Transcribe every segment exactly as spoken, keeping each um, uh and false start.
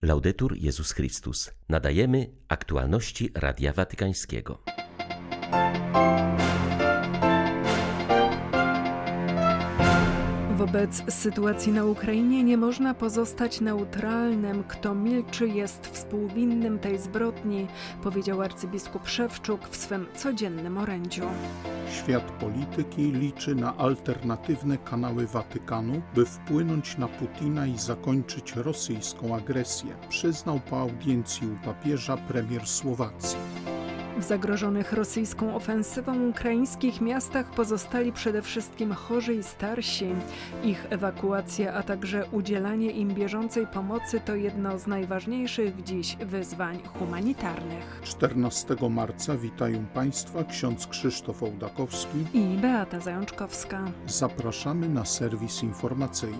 Laudetur Jezus Chrystus. Nadajemy aktualności Radia Watykańskiego. Wobec sytuacji na Ukrainie nie można pozostać neutralnym. Kto milczy, jest współwinnym tej zbrodni, powiedział arcybiskup Szewczuk w swym codziennym orędziu. Świat polityki liczy na alternatywne kanały Watykanu, by wpłynąć na Putina i zakończyć rosyjską agresję, przyznał po audiencji u papieża premier Słowacji. W zagrożonych rosyjską ofensywą ukraińskich miastach pozostali przede wszystkim chorzy i starsi. Ich ewakuacja, a także udzielanie im bieżącej pomocy to jedno z najważniejszych dziś wyzwań humanitarnych. czternastego marca witają Państwa ksiądz Krzysztof Ołdakowski i Beata Zajączkowska. Zapraszamy na serwis informacyjny.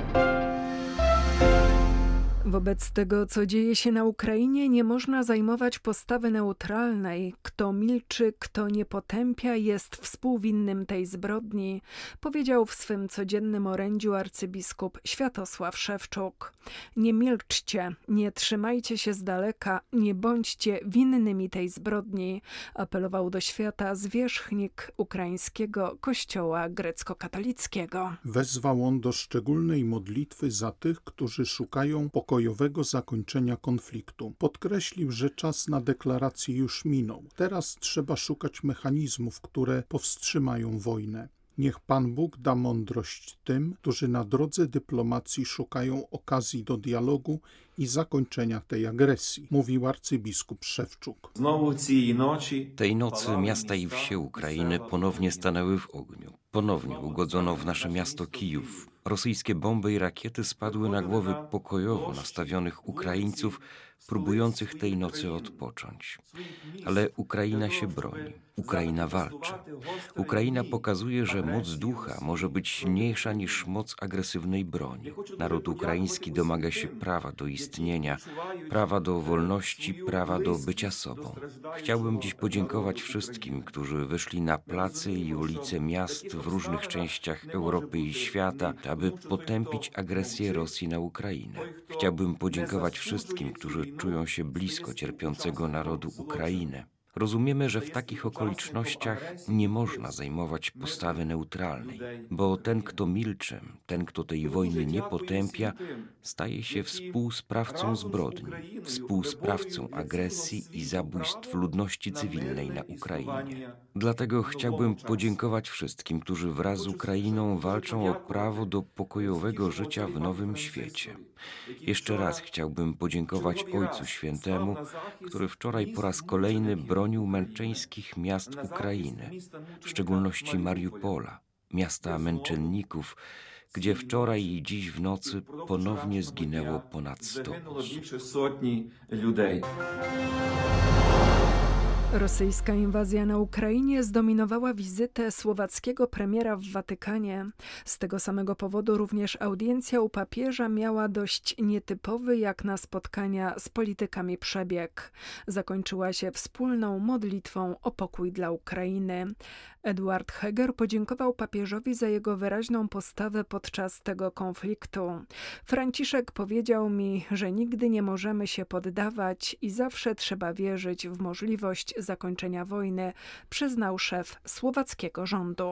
Wobec tego, co dzieje się na Ukrainie, nie można zajmować postawy neutralnej. Kto milczy, kto nie potępia, jest współwinnym tej zbrodni, powiedział w swym codziennym orędziu arcybiskup Światosław Szewczuk. Nie milczcie, nie trzymajcie się z daleka, nie bądźcie winnymi tej zbrodni, apelował do świata zwierzchnik ukraińskiego kościoła grecko-katolickiego. Wezwał on do szczególnej modlitwy za tych, którzy szukają pokoju pokojowego zakończenia konfliktu. Podkreślił, że czas na deklarację już minął. Teraz trzeba szukać mechanizmów, które powstrzymają wojnę. Niech Pan Bóg da mądrość tym, którzy na drodze dyplomacji szukają okazji do dialogu i zakończenia tej agresji, mówił arcybiskup Szewczuk. Tej nocy miasta i wsie Ukrainy ponownie stanęły w ogniu. Ponownie ugodzono w nasze miasto Kijów. Rosyjskie bomby i rakiety spadły na głowy pokojowo nastawionych Ukraińców, próbujących tej nocy odpocząć. Ale Ukraina się broni. Ukraina walczy. Ukraina pokazuje, że moc ducha może być silniejsza niż moc agresywnej broni. Naród ukraiński domaga się prawa do istnienia, prawa do wolności, prawa do bycia sobą. Chciałbym dziś podziękować wszystkim, którzy wyszli na placy i ulice miast w różnych częściach Europy i świata, aby potępić agresję Rosji na Ukrainę. Chciałbym podziękować wszystkim, którzy czują się blisko cierpiącego narodu Ukrainy. Rozumiemy, że w takich okolicznościach nie można zajmować postawy neutralnej, bo ten, kto milczy, ten, kto tej wojny nie potępia, staje się współsprawcą zbrodni, współsprawcą agresji i zabójstw ludności cywilnej na Ukrainie. Dlatego chciałbym podziękować wszystkim, którzy wraz z Ukrainą walczą o prawo do pokojowego życia w nowym świecie. Jeszcze raz chciałbym podziękować Ojcu Świętemu, który wczoraj po raz kolejny bronił męczeńskich miast Ukrainy, w szczególności Mariupola, miasta męczenników, gdzie wczoraj i dziś w nocy ponownie zginęło ponad sto osób. Rosyjska inwazja na Ukrainie zdominowała wizytę słowackiego premiera w Watykanie. Z tego samego powodu również audiencja u papieża miała dość nietypowy jak na spotkania z politykami przebieg. Zakończyła się wspólną modlitwą o pokój dla Ukrainy. Eduard Heger podziękował papieżowi za jego wyraźną postawę podczas tego konfliktu. Franciszek powiedział mi, że nigdy nie możemy się poddawać i zawsze trzeba wierzyć w możliwość zakończenia wojny, przyznał szef słowackiego rządu.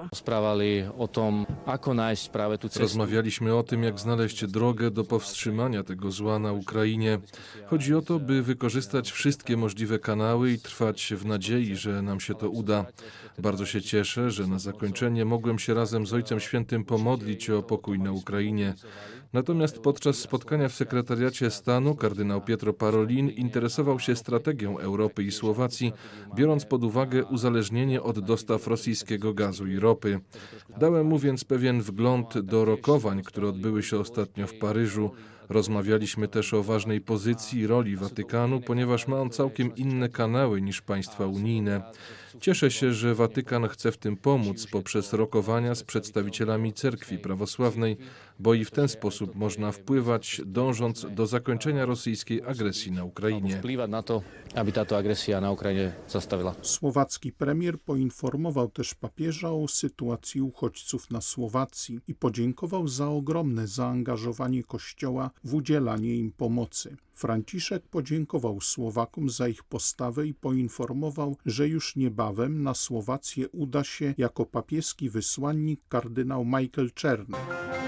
Rozmawialiśmy o tym, jak znaleźć drogę do powstrzymania tego zła na Ukrainie. Chodzi o to, by wykorzystać wszystkie możliwe kanały i trwać w nadziei, że nam się to uda. Bardzo się cieszę, że na zakończenie mogłem się razem z Ojcem Świętym pomodlić o pokój na Ukrainie. Natomiast podczas spotkania w sekretariacie stanu kardynał Pietro Parolin interesował się strategią Europy i Słowacji, biorąc pod uwagę uzależnienie od dostaw rosyjskiego gazu i ropy. Dałem mu więc pewien wgląd do rokowań, które odbyły się ostatnio w Paryżu. Rozmawialiśmy też o ważnej pozycji i roli Watykanu, ponieważ ma on całkiem inne kanały niż państwa unijne. Cieszę się, że Watykan chce w tym pomóc poprzez rokowania z przedstawicielami cerkwi prawosławnej, bo i w ten sposób można wpływać, dążąc do zakończenia rosyjskiej agresji na Ukrainie. Na to, aby ta agresja na Ukrainie zostawiła. Słowacki premier poinformował też papieża o sytuacji uchodźców na Słowacji i podziękował za ogromne zaangażowanie Kościoła w udzielanie im pomocy. Franciszek podziękował Słowakom za ich postawę i poinformował, że już niebawem na Słowację uda się jako papieski wysłannik kardynał Michael Czerny.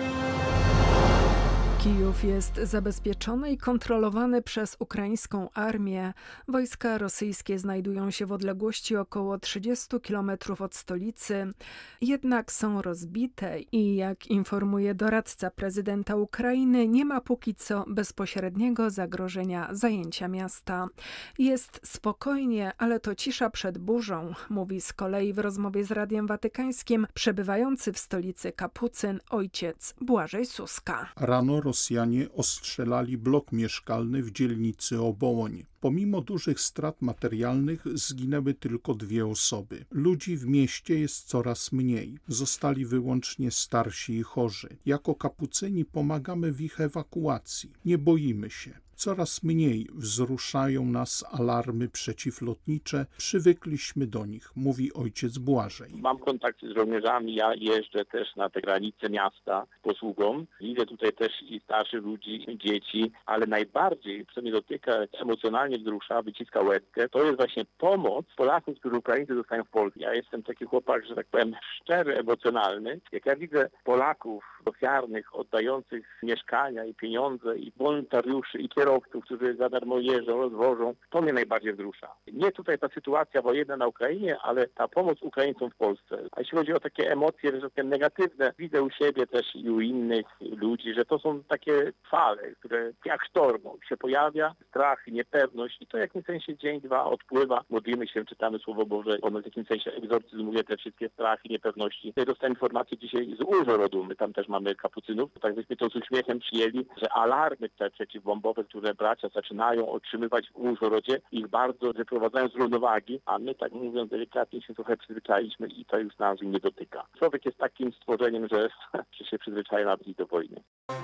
Kijów jest zabezpieczony i kontrolowany przez ukraińską armię. Wojska rosyjskie znajdują się w odległości około trzydziestu kilometrów od stolicy, jednak są rozbite i, jak informuje doradca prezydenta Ukrainy, nie ma póki co bezpośredniego zagrożenia zajęcia miasta. Jest spokojnie, ale to cisza przed burzą, mówi z kolei w rozmowie z Radiem Watykańskim przebywający w stolicy kapucyn ojciec Błażej Suska. Rano Rosjanie ostrzelali blok mieszkalny w dzielnicy Obołoń. Pomimo dużych strat materialnych zginęły tylko dwie osoby. Ludzi w mieście jest coraz mniej. Zostali wyłącznie starsi i chorzy. Jako kapucyni pomagamy w ich ewakuacji. Nie boimy się. Coraz mniej wzruszają nas alarmy przeciwlotnicze. Przywykliśmy do nich, mówi ojciec Błażej. Mam kontakt z żołnierzami, ja jeżdżę też na te granice miasta posługą. Widzę tutaj też i starszych ludzi, i dzieci, ale najbardziej, co mnie dotyka, emocjonalnie wzrusza, wyciska łezkę, to jest właśnie pomoc Polaków, którzy Ukraińcy dostają w Polsce. Ja jestem taki chłopak, że tak powiem, szczery, emocjonalny. Jak ja widzę Polaków ofiarnych, oddających mieszkania i pieniądze, i wolontariuszy, i kierowców, którzy za darmo jeżdżą, rozwożą, to mnie najbardziej wzrusza. Nie tutaj ta sytuacja wojenna na Ukrainie, ale ta pomoc Ukraińcom w Polsce. A jeśli chodzi o takie emocje, że takie negatywne, widzę u siebie też i u innych ludzi, że to są takie fale, które jak sztormą się pojawia, strach, niepewność i to w jakimś sensie dzień, dwa odpływa. Modlimy się, czytamy Słowo Boże, ono w jakimś sensie egzorcyzmuje te wszystkie strachy, niepewności. Ja dostałem informację dzisiaj z Užhorodu, my tam też mamy kapucynów, tak żeśmy to z uśmiechem przyjęli, że alarmy te przeciwbombowe, które bracia zaczynają otrzymywać w Užhorodzie, ich bardzo wyprowadzają z równowagi, a my, tak mówiąc delikatnie, się trochę przyzwyczailiśmy i to już nas nie dotyka. Człowiek jest takim stworzeniem, że, że się przyzwyczaja nawet do wojny.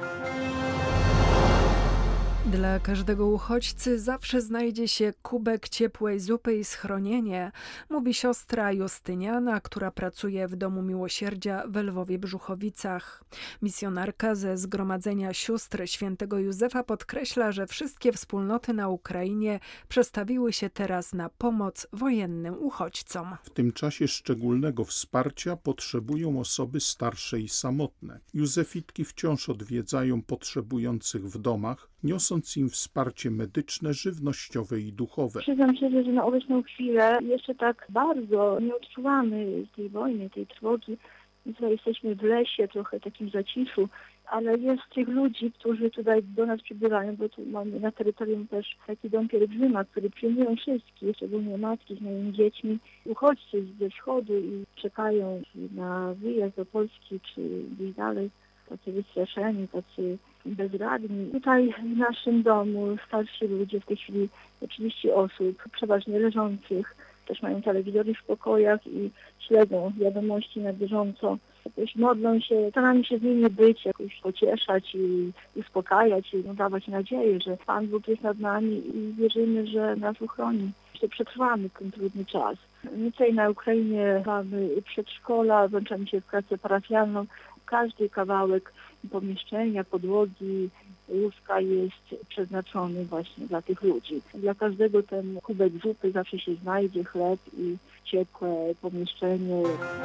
Dla każdego uchodźcy zawsze znajdzie się kubek ciepłej zupy i schronienie, mówi siostra Justyniana, która pracuje w Domu Miłosierdzia w Lwowie-Brzuchowicach. Misjonarka ze Zgromadzenia Sióstr Świętego Józefa podkreśla, że wszystkie wspólnoty na Ukrainie przestawiły się teraz na pomoc wojennym uchodźcom. W tym czasie szczególnego wsparcia potrzebują osoby starsze i samotne. Józefitki wciąż odwiedzają potrzebujących w domach, niosąc im wsparcie medyczne, żywnościowe i duchowe. Przyznam się, że na obecną chwilę jeszcze tak bardzo nie odczuwamy tej wojny, tej trwogi. Tutaj jesteśmy w lesie, trochę takim zaciszu, ale jest tych ludzi, którzy tutaj do nas przybywają, bo tu mamy na terytorium też taki dom pielgrzyma, który przyjmują wszystkich, szczególnie matki z małymi dziećmi, uchodźcy ze wschodu i czekają na wyjazd do Polski czy gdzieś dalej, tacy wystraszeni, tacy bezradni. Tutaj w naszym domu starsi ludzie, w tej chwili trzydzieści osób, przeważnie leżących, też mają telewizory w pokojach i śledzą wiadomości na bieżąco. Jakoś modlą się, staramy się z nimi być, jakoś pocieszać i uspokajać i no, dawać nadzieję, że Pan Bóg jest nad nami i wierzymy, że nas uchroni, że przetrwamy ten trudny czas. My tutaj na Ukrainie mamy przedszkola, włączamy się w pracę parafialną. Każdy kawałek pomieszczenia, podłogi, łóżka jest przeznaczony właśnie dla tych ludzi. Dla każdego ten kubek zupy zawsze się znajdzie, chleb i ciepłe pomieszczenie.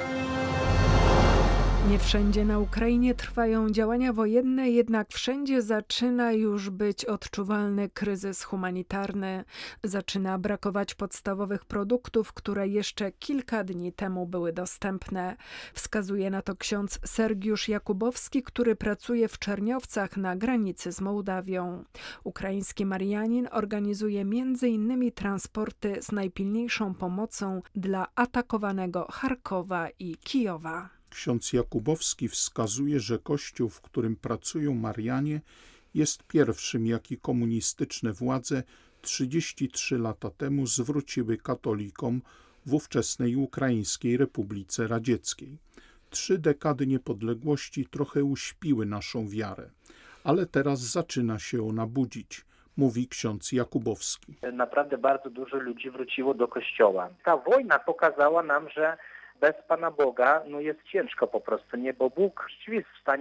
Nie wszędzie na Ukrainie trwają działania wojenne, jednak wszędzie zaczyna już być odczuwalny kryzys humanitarny. Zaczyna brakować podstawowych produktów, które jeszcze kilka dni temu były dostępne. Wskazuje na to ksiądz Sergiusz Jakubowski, który pracuje w Czerniowcach na granicy z Mołdawią. Ukraiński Marianin organizuje między innymi transporty z najpilniejszą pomocą dla atakowanego Charkowa i Kijowa. Ksiądz Jakubowski wskazuje, że kościół, w którym pracują Marianie, jest pierwszym, jaki komunistyczne władze trzydzieści trzy lata temu zwróciły katolikom w ówczesnej Ukraińskiej Republice Radzieckiej. Trzy dekady niepodległości trochę uśpiły naszą wiarę, ale teraz zaczyna się ona budzić, mówi ksiądz Jakubowski. Naprawdę bardzo dużo ludzi wróciło do kościoła. Ta wojna pokazała nam, że bez Pana Boga no jest ciężko po prostu, nie? Bo Bóg rzeczywiście jest w stanie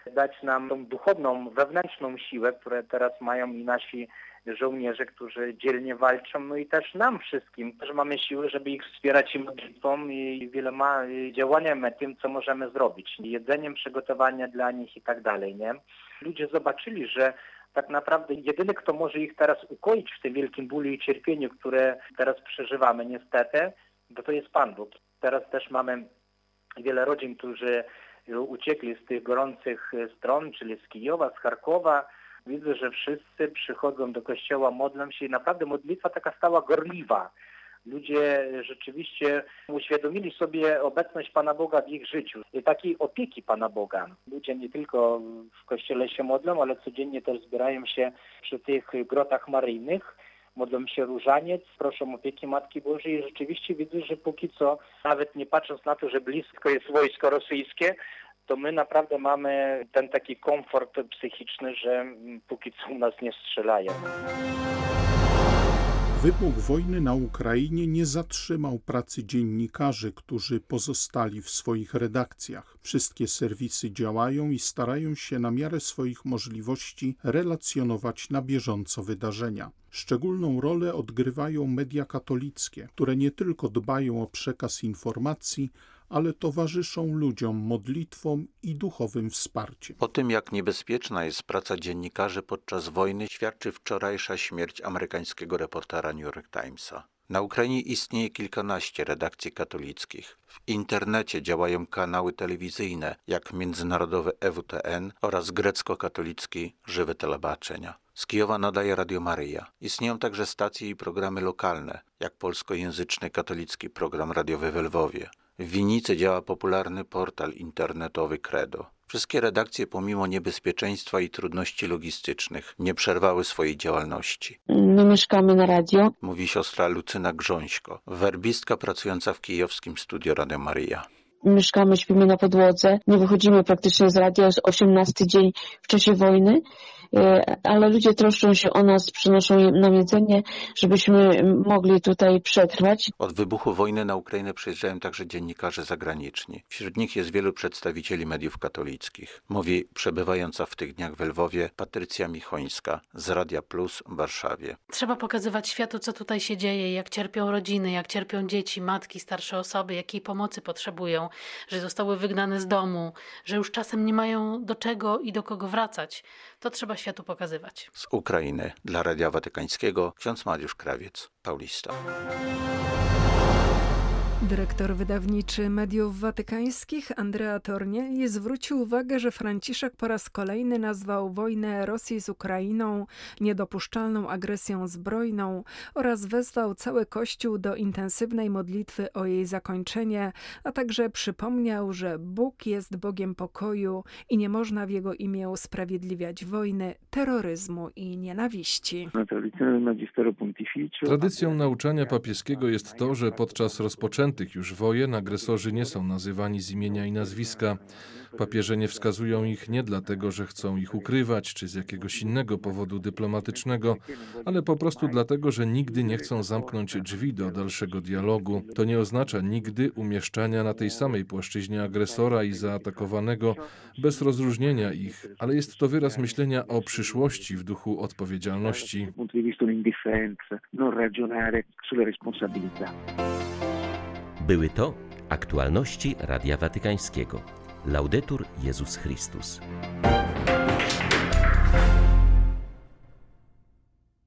dać nam tą duchowną, wewnętrzną siłę, które teraz mają i nasi żołnierze, którzy dzielnie walczą, no i też nam wszystkim, że mamy siłę, żeby ich wspierać i modlitwą i wieloma działaniami, tym, co możemy zrobić, jedzeniem, przygotowania dla nich i tak dalej, nie? Ludzie zobaczyli, że tak naprawdę jedyny, kto może ich teraz ukoić w tym wielkim bólu i cierpieniu, które teraz przeżywamy niestety, to to jest Pan Bóg. Teraz też mamy wiele rodzin, którzy uciekli z tych gorących stron, czyli z Kijowa, z Charkowa. Widzę, że wszyscy przychodzą do kościoła, modlą się i naprawdę modlitwa taka stała gorliwa. Ludzie rzeczywiście uświadomili sobie obecność Pana Boga w ich życiu i takiej opieki Pana Boga. Ludzie nie tylko w kościele się modlą, ale codziennie też zbierają się przy tych grotach maryjnych, modlą się różaniec, proszą opieki Matki Bożej i rzeczywiście widzę, że póki co, nawet nie patrząc na to, że blisko jest wojsko rosyjskie, to my naprawdę mamy ten taki komfort psychiczny, że póki co u nas nie strzelają. Wybuch wojny na Ukrainie nie zatrzymał pracy dziennikarzy, którzy pozostali w swoich redakcjach. Wszystkie serwisy działają i starają się na miarę swoich możliwości relacjonować na bieżąco wydarzenia. Szczególną rolę odgrywają media katolickie, które nie tylko dbają o przekaz informacji, ale towarzyszą ludziom modlitwą i duchowym wsparciem. O tym, jak niebezpieczna jest praca dziennikarzy podczas wojny, świadczy wczorajsza śmierć amerykańskiego reportera New York Timesa. Na Ukrainie istnieje kilkanaście redakcji katolickich. W internecie działają kanały telewizyjne, jak międzynarodowe E W T N oraz grecko-katolicki Żywe Telebaczenia. Z Kijowa nadaje Radio Maryja. Istnieją także stacje i programy lokalne, jak polskojęzyczny katolicki program radiowy w Lwowie. W Winicy działa popularny portal internetowy Credo. Wszystkie redakcje, pomimo niebezpieczeństwa i trudności logistycznych, nie przerwały swojej działalności. My mieszkamy na radio, mówi siostra Lucyna Grząśko, werbistka pracująca w kijowskim studio Radio Maryja. Mieszkamy, śpimy na podłodze, nie wychodzimy praktycznie z radia, jest osiemnasty dzień w czasie wojny, ale ludzie troszczą się o nas, przynoszą nam jedzenie, żebyśmy mogli tutaj przetrwać. Od wybuchu wojny na Ukrainę przyjeżdżają także dziennikarze zagraniczni. Wśród nich jest wielu przedstawicieli mediów katolickich. Mówi przebywająca w tych dniach w Lwowie Patrycja Michońska z Radia Plus w Warszawie. Trzeba pokazywać światu, co tutaj się dzieje, jak cierpią rodziny, jak cierpią dzieci, matki, starsze osoby, jakiej pomocy potrzebują, że zostały wygnane z domu, że już czasem nie mają do czego i do kogo wracać. To trzeba światu pokazywać. Z Ukrainy dla Radia Watykańskiego ksiądz Mariusz Krawiec, Paulista. Dyrektor wydawniczy mediów watykańskich Andrea Tornielli zwrócił uwagę, że Franciszek po raz kolejny nazwał wojnę Rosji z Ukrainą niedopuszczalną agresją zbrojną oraz wezwał cały Kościół do intensywnej modlitwy o jej zakończenie, a także przypomniał, że Bóg jest Bogiem pokoju i nie można w Jego imię usprawiedliwiać wojny, terroryzmu i nienawiści. Tradycją nauczania papieskiego jest to, że podczas rozpoczętych już wojen agresorzy nie są nazywani z imienia i nazwiska. Papieże nie wskazują ich nie dlatego, że chcą ich ukrywać, czy z jakiegoś innego powodu dyplomatycznego, ale po prostu dlatego, że nigdy nie chcą zamknąć drzwi do dalszego dialogu. To nie oznacza nigdy umieszczania na tej samej płaszczyźnie agresora i zaatakowanego bez rozróżnienia ich, ale jest to wyraz myślenia o przyszłości w duchu odpowiedzialności. Były to aktualności Radia Watykańskiego. Laudetur Jezus Chrystus.